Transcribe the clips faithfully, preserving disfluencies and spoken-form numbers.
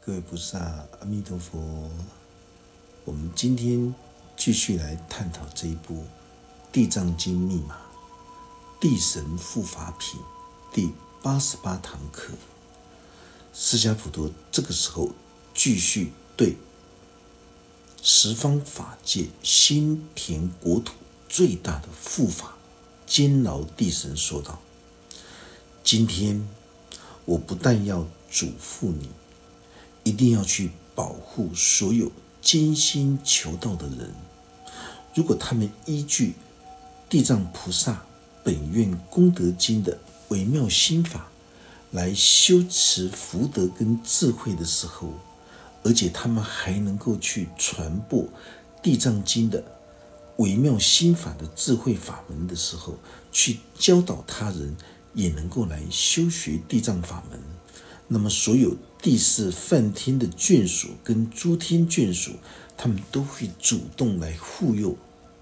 各位菩萨，阿弥陀佛。我们今天继续来探讨这一部《地藏经》密码地神护法品第八十八堂课。释迦牟尼这个时候继续对十方法界心田国土最大的护法监牢地神说道：今天我不但要嘱咐你，一定要去保护所有艰辛求道的人。如果他们依据地藏菩萨本愿功德经的微妙心法来修持福德跟智慧的时候，而且他们还能够去传播地藏经的微妙心法的智慧法门的时候，去教导他人也能够来修学地藏法门，那么所有地势梵天的眷属跟诸天眷属，他们都会主动来护佑。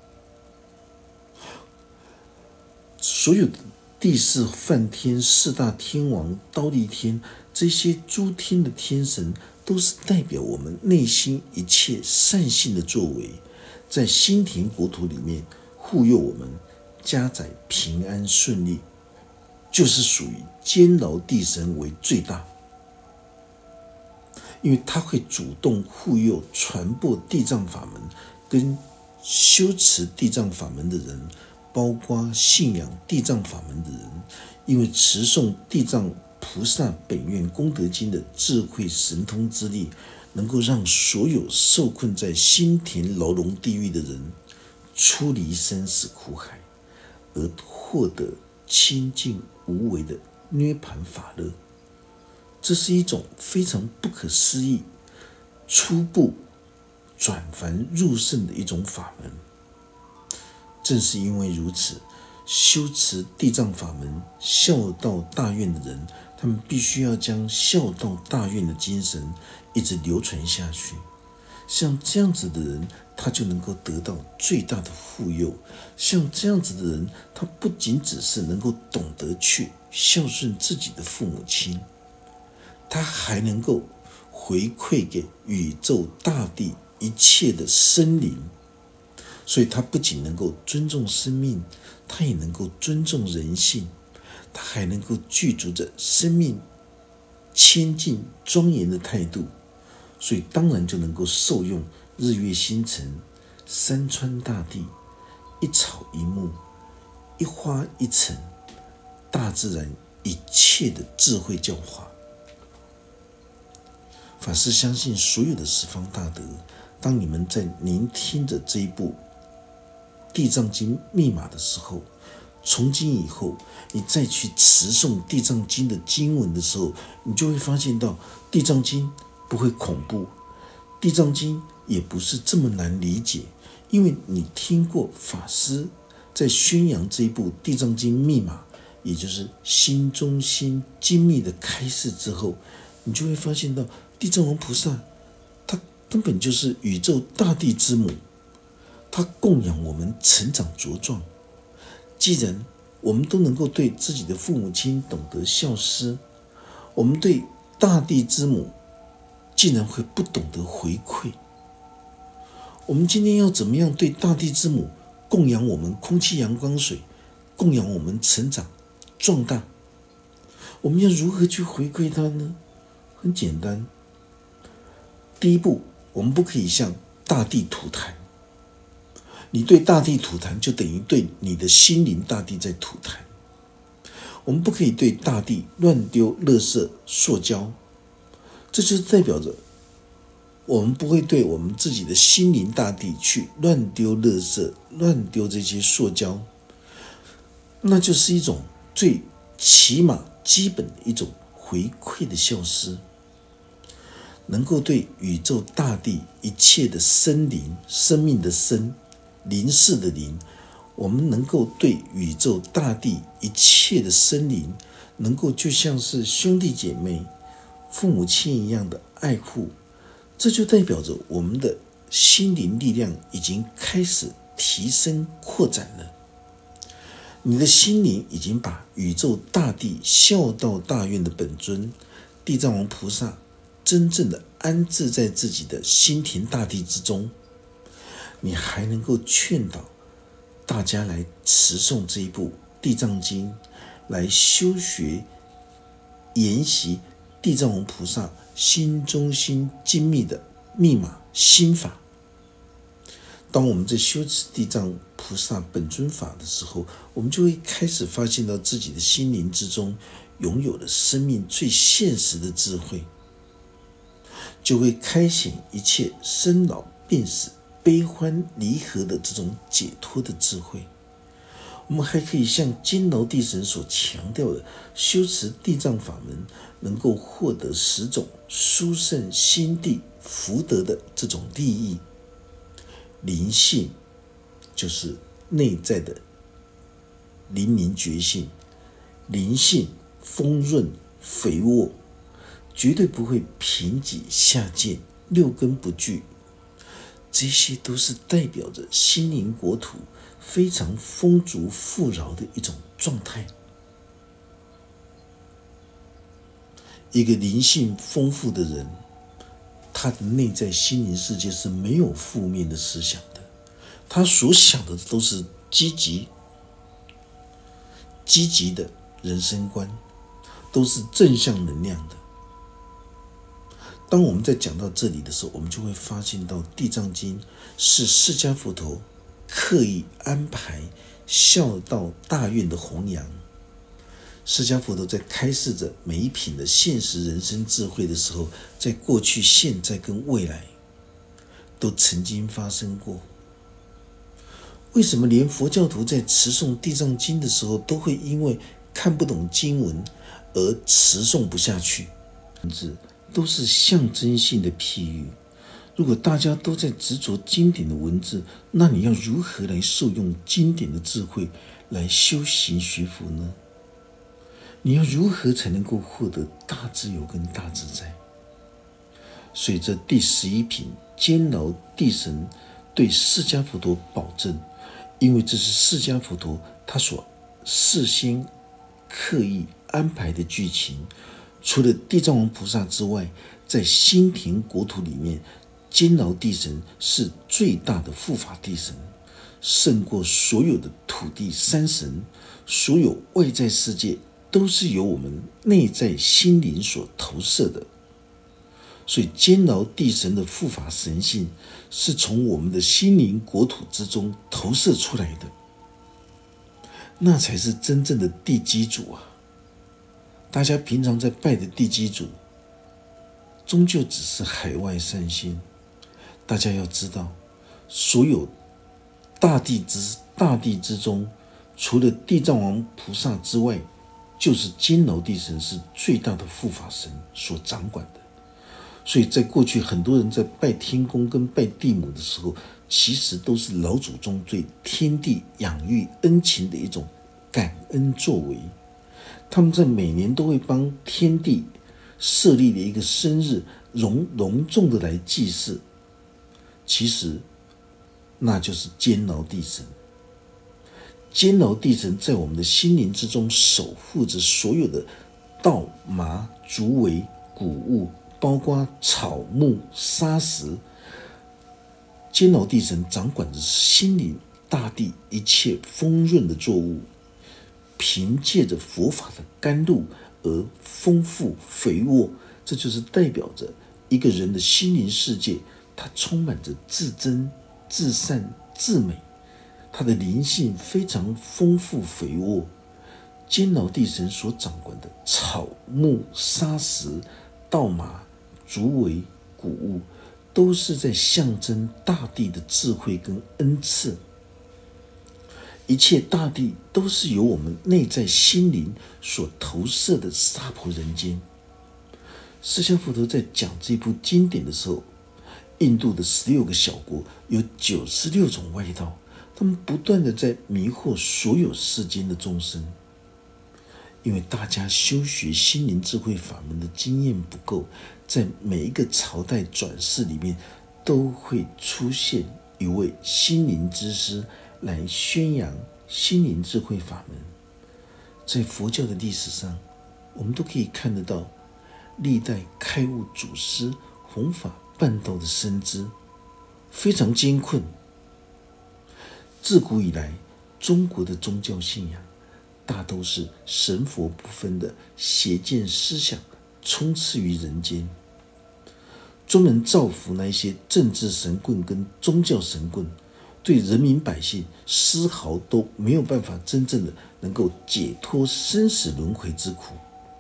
所有地势梵天、四大天王、忉利天，这些诸天的天神，都是代表我们内心一切善性的作为，在心田国土里面护佑我们家宅平安顺利，就是属于监牢地神为最大。因为他会主动护佑传播地藏法门跟修持地藏法门的人，包括信仰地藏法门的人，因为持诵地藏菩萨本愿功德经的智慧神通之力，能够让所有受困在心田牢笼地狱的人出离生死苦海，而获得清净无为的涅槃法乐。这是一种非常不可思议、初步转凡入圣的一种法门。正是因为如此，修持地藏法门孝道大愿的人，他们必须要将孝道大愿的精神一直流传下去。像这样子的人，他就能够得到最大的护佑。像这样子的人，他不仅只是能够懂得去孝顺自己的父母亲，他还能够回馈给宇宙大地一切的生灵。所以他不仅能够尊重生命，他也能够尊重人性，他还能够具足着生命谦敬庄严的态度，所以当然就能够受用日月星辰、山川大地、一草一木、一花一尘，大自然一切的智慧教化。法师相信所有的十方大德，当你们在聆听着这一部地藏经密码的时候，从今以后你再去持诵地藏经的经文的时候，你就会发现到地藏经不会恐怖，地藏经也不是这么难理解。因为你听过法师在宣扬这一部地藏经密码，也就是心中心精密的开示之后，你就会发现到地藏王菩萨他根本就是宇宙大地之母，他供养我们成长茁壮。既然我们都能够对自己的父母亲懂得孝思，我们对大地之母竟然会不懂得回馈。我们今天要怎么样对大地之母供养我们空气阳光水，供养我们成长壮大？我们要如何去回馈它呢？很简单，第一步，我们不可以向大地吐痰。你对大地吐痰，就等于对你的心灵大地在吐痰。我们不可以对大地乱丢垃圾、塑胶，这就是代表着我们不会对我们自己的心灵大地去乱丢垃圾、乱丢这些塑胶，那就是一种最起码基本的一种回馈的孝思。能够对宇宙大地一切的生灵、生命的生、灵视的灵，我们能够对宇宙大地一切的生灵，能够就像是兄弟姐妹、父母亲一样的爱护，这就代表着我们的心灵力量已经开始提升扩展了。你的心灵已经把宇宙大地孝道大愿的本尊地藏王菩萨真正的安置在自己的心田大地之中，你还能够劝导大家来持诵这一部《地藏经》，来修学研习地藏王菩萨心中心精密的密码心法。当我们在修持地藏菩萨本尊法的时候，我们就会开始发现到自己的心灵之中拥有了生命最现实的智慧，就会开显一切生老病死悲欢离合的这种解脱的智慧。我们还可以像金牢地神所强调的，修持地藏法门能够获得十种殊胜心地福德的这种利益。灵性就是内在的灵明觉性，灵性丰润肥沃，绝对不会贫瘠下贱，六根不具，这些都是代表着心灵国土非常丰足富饶的一种状态。一个灵性丰富的人，他的内在心灵世界是没有负面的思想的，他所想的都是积极积极的人生观，都是正向能量的。当我们在讲到这里的时候，我们就会发现到《地藏经》是释迦佛陀刻意安排孝道大愿的弘扬。释迦佛陀在开示着每一品的现实人生智慧的时候，在过去、现在跟未来都曾经发生过。为什么连佛教徒在持诵地藏经的时候，都会因为看不懂经文而持诵不下去？这都是象征性的譬喻。如果大家都在执着经典的文字，那你要如何来受用经典的智慧来修行学佛呢？你要如何才能够获得大自由跟大自在？随着第十一品监牢地神对释迦佛陀保证，因为这是释迦佛陀他所事先刻意安排的剧情，除了地藏王菩萨之外，在心田国土里面，监牢地神是最大的护法地神，胜过所有的土地山神，所有外在世界都是由我们内在心灵所投射的。所以监牢地神的护法神性是从我们的心灵国土之中投射出来的，那才是真正的地基主啊！大家平常在拜的地基主终究只是海外善心。大家要知道，所有大地之大地之中，除了地藏王菩萨之外，就是监牢地神是最大的护法神所掌管的。所以在过去很多人在拜天公跟拜地母的时候，其实都是老祖宗对天地养育恩情的一种感恩作为。他们在每年都会帮天地设立了一个生日，隆隆重的来祭祀，其实那就是监牢地神。监牢地神在我们的心灵之中守护着所有的稻麻竹苇谷物，包括草木沙石。监牢地神掌管着心灵大地一切丰润的作物，凭借着佛法的甘露而丰富肥沃。这就是代表着一个人的心灵世界，它充满着至真至善至美，它的灵性非常丰富肥沃。监牢地神所掌管的草木沙石稻麻竹苇谷物，都是在象征大地的智慧跟恩赐。一切大地都是由我们内在心灵所投射的娑婆人间。释迦佛陀在讲这部经典的时候，印度的十六个小国有九十六种外道，他们不断的在迷惑所有世间的众生。因为大家修学心灵智慧法门的经验不够，在每一个朝代转世里面都会出现一位心灵之师来宣扬心灵智慧法门。在佛教的历史上，我们都可以看得到， 历代开悟祖师弘法办道的深知，非常艰困。自古以来，中国的宗教信仰大都是神佛不分的邪见思想充斥于人间，专门造福那些政治神棍跟宗教神棍，对人民百姓丝毫都没有办法真正的能够解脱生死轮回之苦。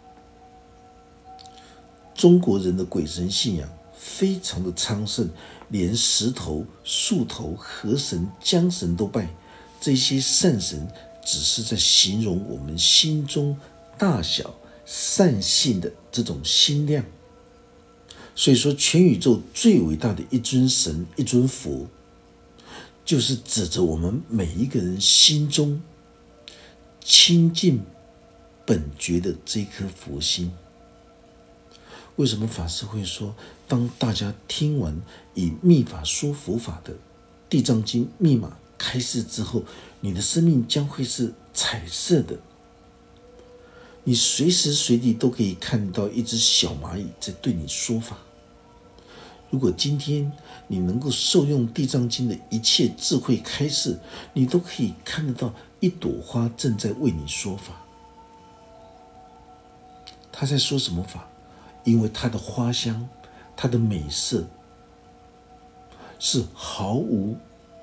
中国人的鬼神信仰非常的昌盛，连石头、树头、河神、江神都拜。这些善神只是在形容我们心中大小善性的这种心量。所以说，全宇宙最伟大的一尊神、一尊佛，就是指着我们每一个人心中清净本觉的这颗佛心。为什么法师会说，当大家听完以密法说佛法的地藏经密码开示之后，你的生命将会是彩色的，你随时随地都可以看到一只小蚂蚁在对你说法。如果今天你能够受用地藏经的一切智慧开示，你都可以看得到一朵花正在为你说法。他在说什么法？因为它的花香，它的美色是毫无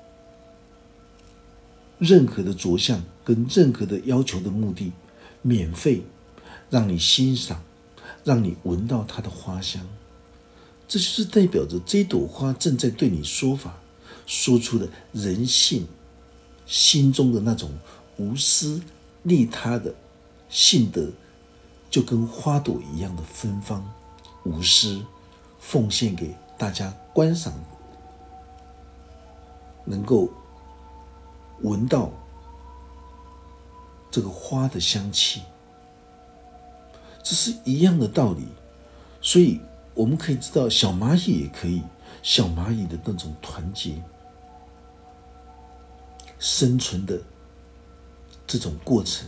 任何的着相跟任何的要求的目的，免费让你欣赏，让你闻到它的花香。这就是代表着这朵花正在对你说法，说出了人性心中的那种无私利他的性德，就跟花朵一样的芬芳无私，奉献给大家观赏，能够闻到这个花的香气，这是一样的道理。所以我们可以知道，小蚂蚁也可以，小蚂蚁的那种团结生存的这种过程。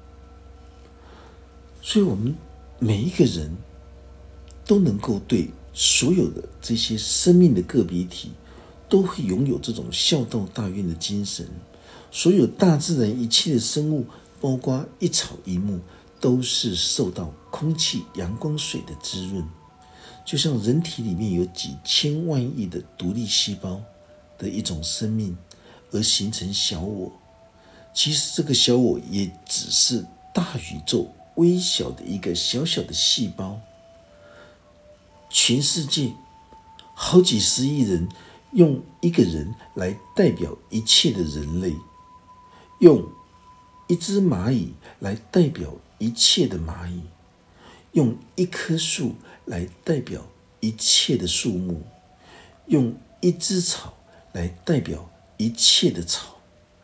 所以我们每一个人都能够对所有的这些生命的个别体都会拥有这种孝道大愿的精神。所有大自然一切的生物，包括一草一木，都是受到空气、阳光、水的滋润。就像人体里面有几千万亿的独立细胞的一种生命而形成小我，其实这个小我也只是大宇宙微小的一个小小的细胞。全世界好几十亿人，用一个人来代表一切的人类，用一只蚂蚁来代表一切的蚂蚁，用一棵树来代表一切的树木，用一枝草来代表一切的草，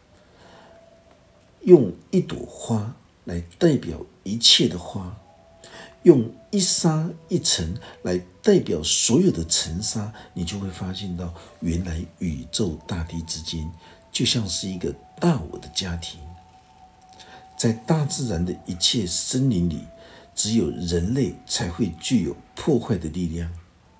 用一朵花来代表一切的花，用一沙一尘来代表所有的尘沙。你就会发现到，原来宇宙大地之间就像是一个大我的家庭。在大自然的一切森林里，只有人类才会具有破坏的力量。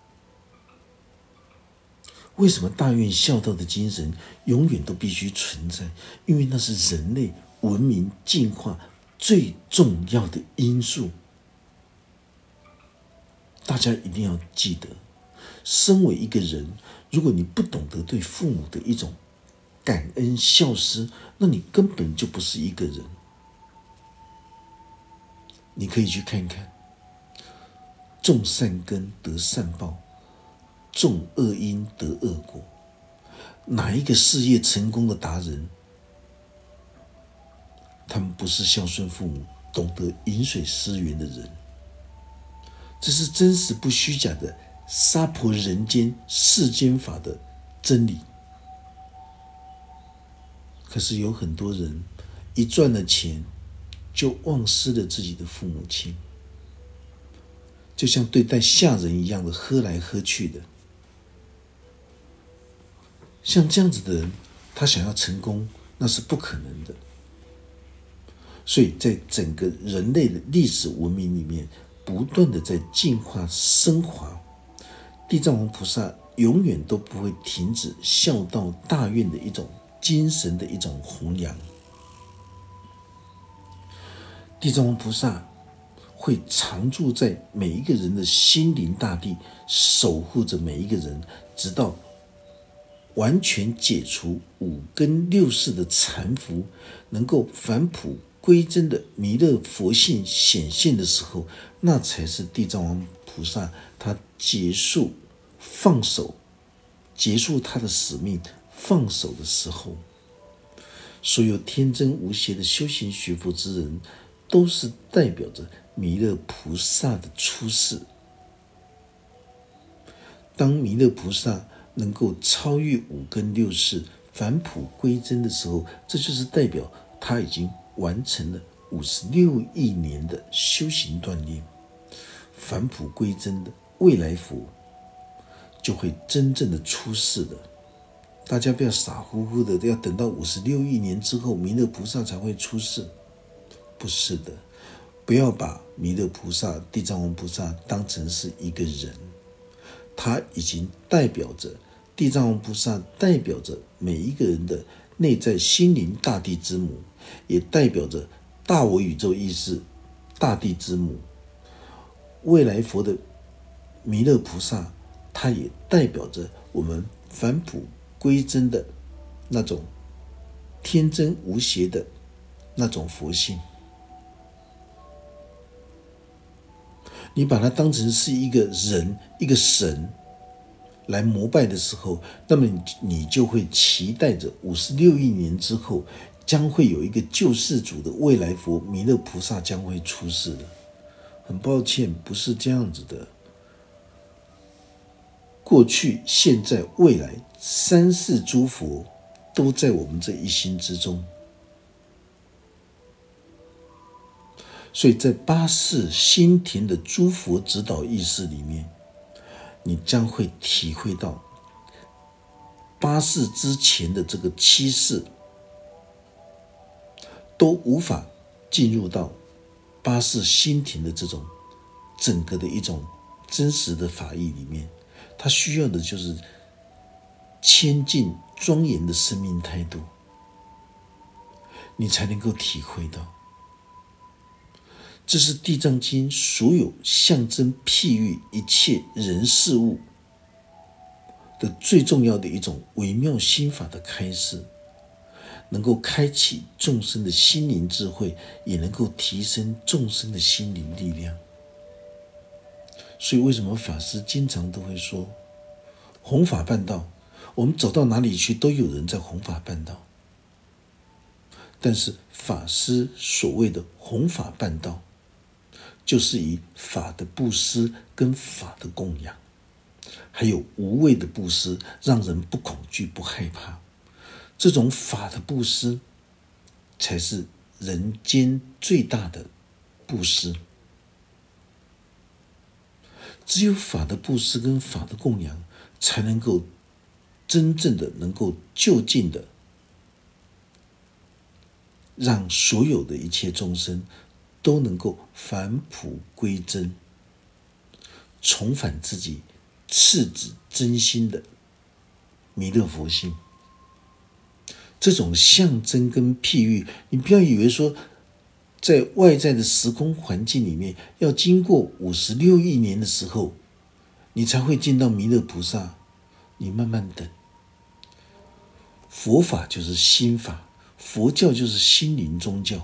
为什么大愿孝道的精神永远都必须存在？因为那是人类文明进化最重要的因素。大家一定要记得，身为一个人，如果你不懂得对父母的一种感恩孝思，那你根本就不是一个人。你可以去看看，种善根得善报，种恶因得恶果。哪一个事业成功的达人，他们不是孝顺父母、懂得饮水思源的人？这是真实不虚假的娑婆人间世间法的真理。可是有很多人一赚了钱就忘失了自己的父母亲，就像对待下人一样的喝来喝去的。像这样子的人，他想要成功那是不可能的。所以在整个人类的历史文明里面， 不断的在进化升华。地藏王菩萨永远都不会停止孝道大愿的一种精神的一种弘扬。地藏王菩萨会常住在每一个人的心灵大地，守护着每一个人，直到完全解除五根六识的缠缚，能够返璞归真的弥勒佛性显现的时候，那才是地藏王菩萨他结束放手，结束他的使命放手的时候。所有天真无邪的修行学佛之人，都是代表着弥勒菩萨的出世。当弥勒菩萨能够超越五根六识，返璞归真的时候，这就是代表他已经完成了五十六亿年的修行锻炼。返璞归真的未来佛就会真正的出世了。大家不要傻乎乎的要等到五十六亿年之后弥勒菩萨才会出世，不是的。不要把弥勒菩萨、地藏王菩萨当成是一个人，他已经代表着地藏王菩萨，代表着每一个人的内在心灵大地之母，也代表着大我宇宙意识大地之母。未来佛的弥勒菩萨，他也代表着我们返璞归真的那种天真无邪的那种佛性。你把它当成是一个人一个神来膜拜的时候，那么你就会期待着五十六亿年之后将会有一个救世主的未来佛弥勒菩萨将会出世的。很抱歉，不是这样子的。过去、现在、未来三世诸佛都在我们这一心之中。所以在八世心田的诸佛指导意识里面，你将会体会到八世之前的这个七世都无法进入到八世心田的这种整个的一种真实的法义里面。它需要的就是谦敬庄严的生命态度，你才能够体会到。这是地藏经所有象征譬喻一切人事物的最重要的一种微妙心法的开示，能够开启众生的心灵智慧，也能够提升众生的心灵力量。所以为什么法师经常都会说弘法办道，我们走到哪里去都有人在弘法办道。但是法师所谓的弘法办道，就是以法的布施跟法的供养，还有无畏的布施，让人不恐惧不害怕。这种法的布施才是人间最大的布施。只有法的布施跟法的供养，才能够真正的能够就近的让所有的一切众生都能够返璞归真，重返自己赤子真心的弥勒佛性。这种象征跟譬喻，你不要以为说在外在的时空环境里面要经过五十六亿年的时候你才会见到弥勒菩萨，你慢慢等。佛法就是心法，佛教就是心灵宗教，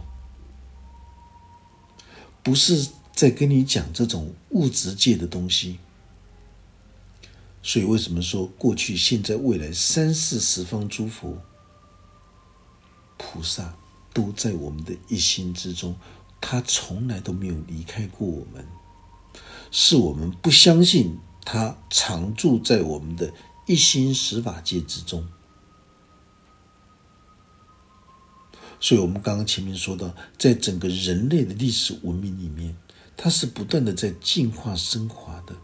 不是在跟你讲这种物质界的东西。所以为什么说过去、现在、未来三世十方诸佛菩萨都在我们的一心之中，他从来都没有离开过我们，是我们不相信他常住在我们的一心十法界之中。所以我们刚刚前面说到，在整个人类的历史文明里面，它是不断的在进化升华的。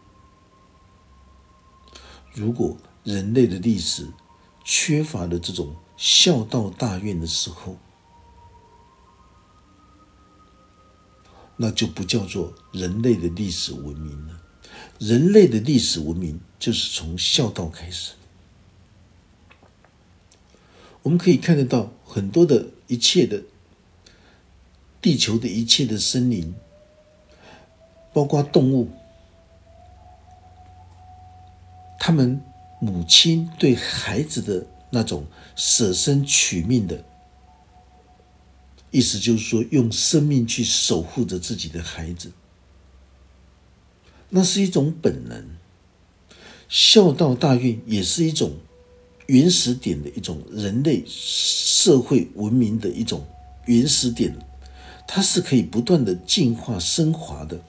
如果人类的历史缺乏了这种孝道大愿的时候， 那就不叫做人类的历史文明了。人类的历史文明就是从孝道开始。我们可以看得到很多的一切的地球的一切的生灵，包括动物，他们母亲对孩子的那种舍身取命的意思，就是说用生命去守护着自己的孩子，那是一种本能。孝道大运也是一种原始点的一种人类社会文明的一种原始点，它是可以不断的进化升华的。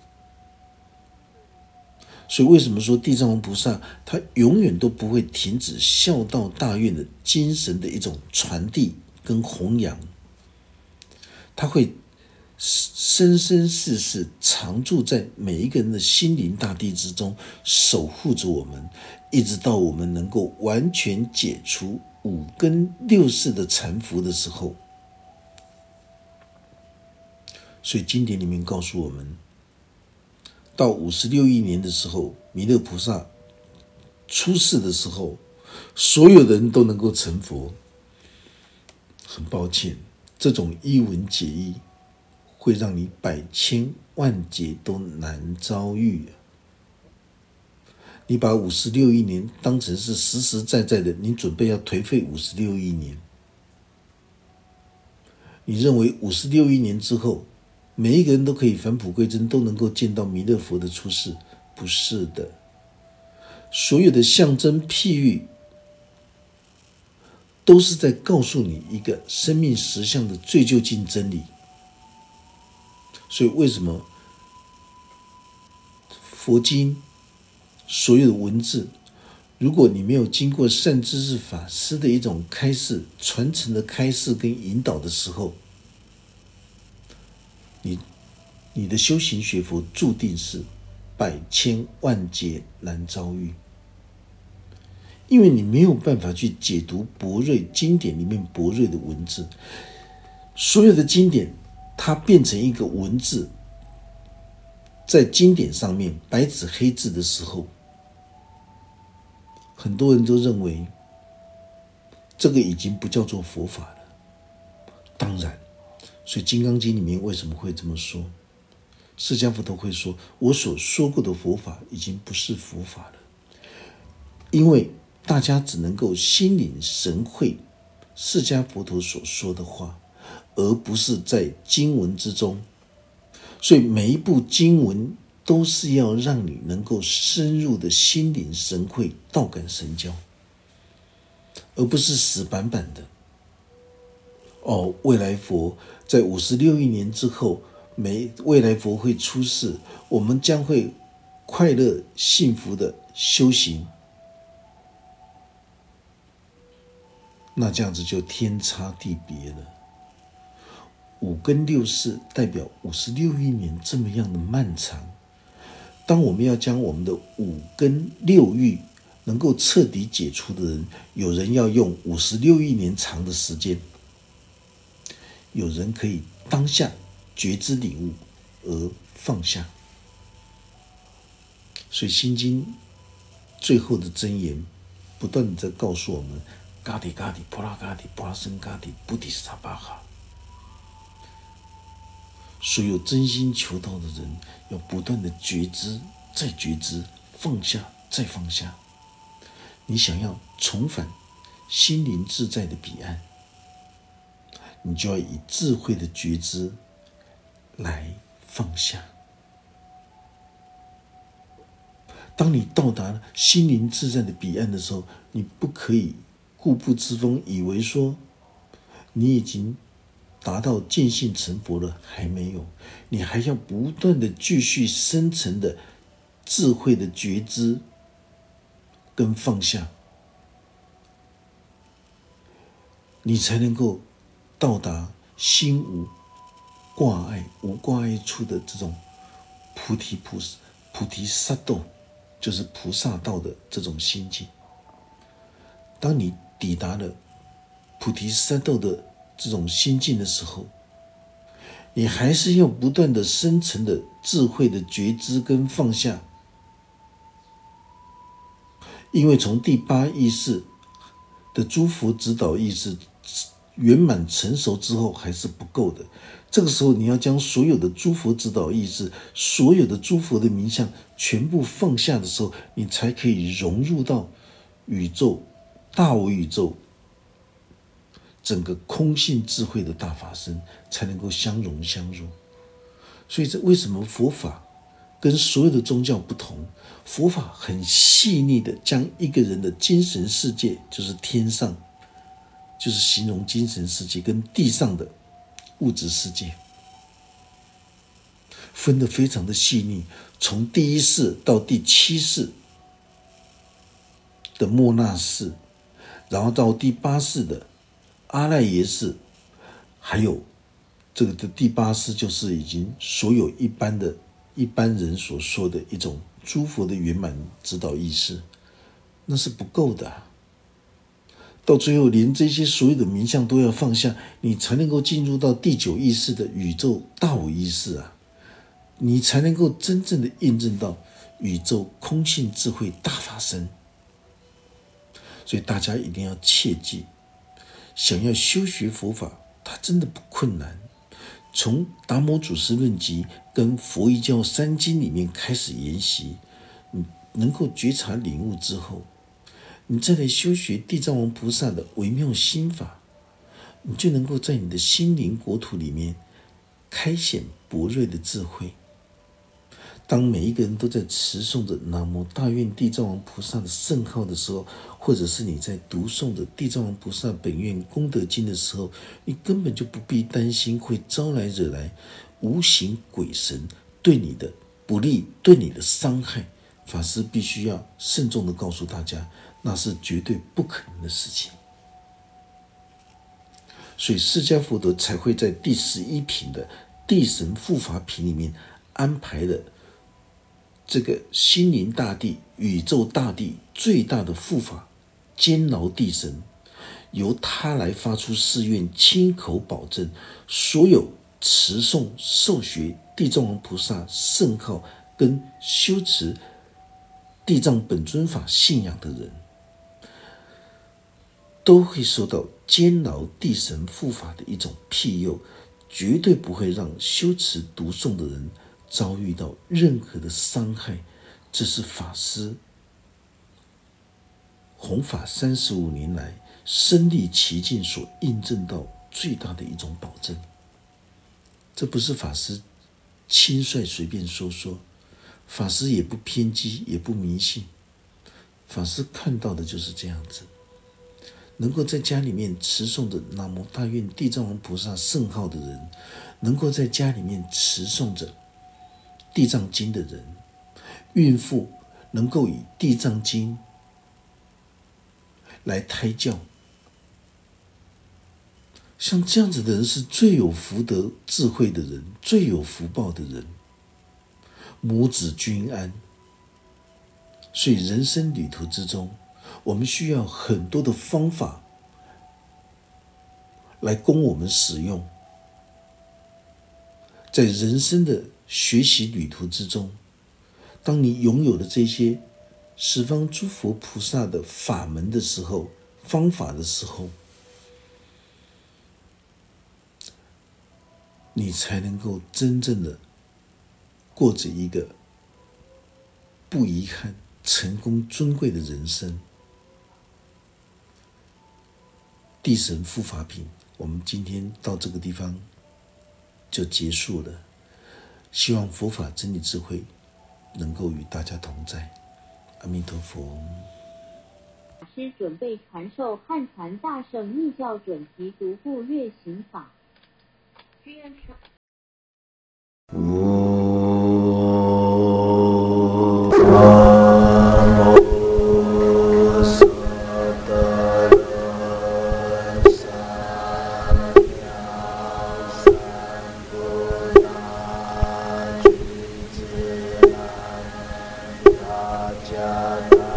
所以为什么说地藏王菩萨他永远都不会停止孝道大运的精神的一种传递跟弘扬，他会生生世世常住在每一个人的心灵大地之中，守护着我们，一直到我们能够完全解除五根六识的缠缚的时候。所以经典里面告诉我们，到五十六亿年的时候，弥勒菩萨出世的时候，所有的人都能够成佛。很抱歉，这种一文解义会让你百千万劫都难遭遇。你把五十六亿年当成是实实在在的，你准备要颓废五十六亿年。你认为五十六亿年之后，每一个人都可以返璞归真，都能够见到弥勒佛的出世？不是的，所有的象征譬喻都是在告诉你一个生命实相的最究竟真理。所以为什么佛经所有的文字，如果你没有经过善知识法师的一种开示传承的开示跟引导的时候，你你的修行学佛注定是百千万劫难遭遇。因为你没有办法去解读博瑞经典里面博瑞的文字，所有的经典它变成一个文字，在经典上面白纸黑字的时候，很多人都认为这个已经不叫做佛法了。当然，所以《金刚经》里面为什么会这么说？释迦佛陀会说，我所说过的佛法已经不是佛法了，因为大家只能够心领神会释迦佛陀所说的话，而不是在经文之中。所以每一部经文都是要让你能够深入的心领神会，道感神交，而不是死板板的。哦，未来佛在五十六亿年之后，每未来佛会出世，我们将会快乐幸福的修行。那这样子就天差地别了。五根六识代表五十六亿年这么样的漫长，当我们要将我们的五根六欲能够彻底解除的人，有人要用五十六亿年长的时间，有人可以当下觉知领悟而放下。所以心经最后的箴言不断地在告诉我们，嘎底嘎底婆拉嘎底婆拉僧嘎底布底萨巴哈。所有真心求道的人要不断的觉知，再觉知，放下，再放下。你想要重返心灵自在的彼岸，你就要以智慧的觉知来放下。当你到达心灵自在的彼岸的时候，你不可以固步自封，以为说你已经达到见性成佛了，还没有，你还要不断的继续深层的智慧的觉知跟放下，你才能够到达心无挂碍、无挂碍处的这种菩提菩萨、菩提萨埵，就是菩萨道的这种心境。当你抵达了菩提萨埵的这种心境的时候， 你还是要不断的深层的智慧的觉知跟放下。因为从第八意识的诸佛指导意识圆满成熟之后还是不够的，这个时候你要将所有的诸佛指导意识，所有的诸佛的名相全部放下的时候，你才可以融入到宇宙大无宇宙整个空性智慧的大法身，才能够相融相入。所以这为什么佛法跟所有的宗教不同？佛法很细腻的将一个人的精神世界，就是天上，就是形容精神世界，跟地上的物质世界分得非常的细腻，从第一世到第七世的末那世，然后到第八世的阿赖耶识，还有这个的第八世就是已经所有一般的一般人所说的一种诸佛的圆满指导意识，那是不够的啊。到最后连这些所有的名相都要放下，你才能够进入到第九意识的宇宙大我意识啊，你才能够真正的验证到宇宙空性智慧大法身。所以大家一定要切记，想要修学佛法，它真的不困难。从达摩祖师论集跟佛遗教三经里面开始研习，你能够觉察领悟之后，你再来修学地藏王菩萨的微妙心法，你就能够在你的心灵国土里面开显博瑞的智慧。当每一个人都在持诵着南无大愿地藏王菩萨的圣号的时候，或者是你在读诵着地藏王菩萨本愿功德经的时候，你根本就不必担心会招来惹来无形鬼神对你的不利，对你的伤害。法师必须要慎重地告诉大家，那是绝对不可能的事情。所以释迦佛陀才会在第十一品的地神护法品里面安排了这个心灵大地、宇宙大地最大的护法监牢地神，由他来发出誓愿，亲口保证所有持诵受学地藏王菩萨圣号跟修持地藏本尊法信仰的人，都会受到监牢地神护法的一种庇佑，绝对不会让修持读诵的人遭遇到任何的伤害。这是法师弘法三十五年来身历其境所印证到最大的一种保证。这不是法师轻率随便说说，法师也不偏激，也不迷信，法师看到的就是这样子。能够在家里面持诵着南无大愿地藏王菩萨圣号的人，能够在家里面持诵着地藏经的人，孕妇能够以地藏经来胎教，像这样子的人是最有福德智慧的人，最有福报的人，母子均安。所以人生旅途之中，我们需要很多的方法来供我们使用。在人生的学习旅途之中，当你拥有了这些十方诸佛菩萨的法门的时候，方法的时候，你才能够真正的过着一个不遗憾、成功、尊贵的人生。地神护法品，我们今天到这个地方就结束了。希望佛法真理智慧能够与大家同在。阿弥陀佛。 法师准备传授汉传大圣密教准提独步月行法。 家。